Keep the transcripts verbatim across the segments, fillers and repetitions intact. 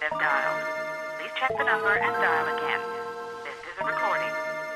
have dialed. Please check the number and dial again. This is a recording.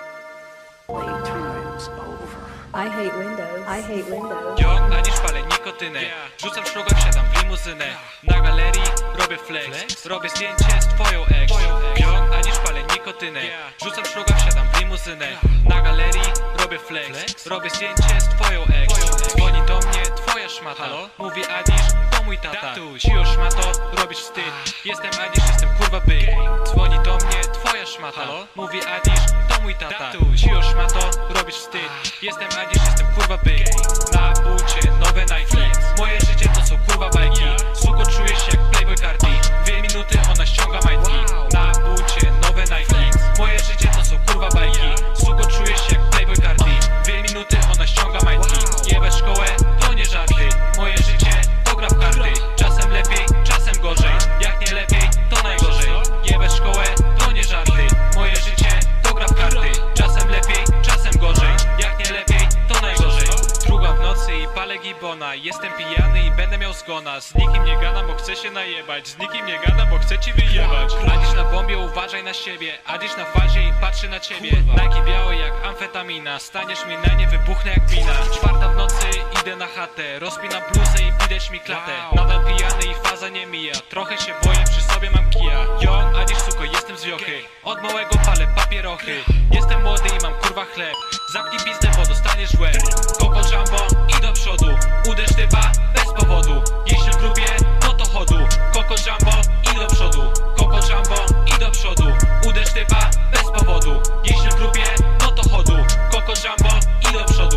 Playtime's over. I hate Windows. I hate Windows. Yo, na dziś palę nikotynę. Rzucam szluga, wsiadam w limuzynę. Na galerii robię flex. Robię zdjęcie z twoją ex. Yo, na dziś palę nikotynę. Rzucam szluga, wsiadam w limuzynę. Na galerii robię flex. Robię zdjęcie z twoją ex. Dzwoni do mnie twoja szmata. Mówi Adisz, to mój tata. Siło szmato, robisz wstyd. Jestem Adisz, jestem kurwa byk. Dzwoni do mnie twoja szmata. Mówi Adisz, to mój tata. Siło szmato, robisz wstyd. Jestem Adisz, jestem kurwa byk. Na bucie nowe Nike. Moje życie to są kurwa bajki. Suko, czujesz się jak Playboy Carti. Dwie minuty ona ściąga majtki. Na bucie nowe Nike. Moje życie to są kurwa bajki. Suko, czujesz się jak Playboy Carti. Dwie minuty ona ściąga majtki. Jebę szkołę, to nie żarty. Moje życie to gra w karty. Czasem lepiej, czasem gorzej. Jak nie lepiej, to najgorzej. Jebę szkołę, to nie żarty. Moje życie to gra w karty. Czasem lepiej, czasem gorzej. Jak nie lepiej, to najgorzej. Druga w nocy i palę gibona. Jestem pijany i będę miał zgona. Z nikim nie gadam, bo chcę się najebać. Z nikim nie gadam, bo chcę ci wyjebać. Adisz na bombie, uważaj na siebie. Adisz na fazie i patrzy na ciebie. Nike białe jak amfetamina. Staniesz mi na nie, wybuchnę jak mina. Czwarta w nocy, idę na chatę. Rozpinam bluzę i widać mi klatę. Nadal pijany i faza nie mija. Trochę się boję, przy sobie mam kija. Yo, Adisz suko, jestem z wiochy. Od małego palę papierochy. Jestem młody i mam kurwa chleb. Zamknij pizdę, bo dostaniesz łeb. Coco Jumbo i do przodu. Uderz typa bez powodu. Jeśli w grupie, no to chodu. Coco Jumbo i do przodu. Coco Jumbo i do przodu. Uderz typa bez powodu. Jeśli w grupie, no to chodu. Coco Jumbo i do przodu.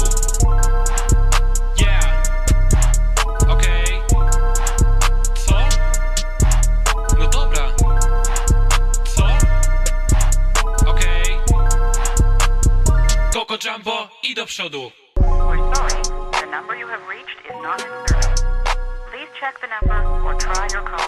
Yeah. Okej. Co? No dobra. Co? Okej. Coco Jumbo i do przodu. We're sorry. The number you have reached is not in service. Please check the number or try your call.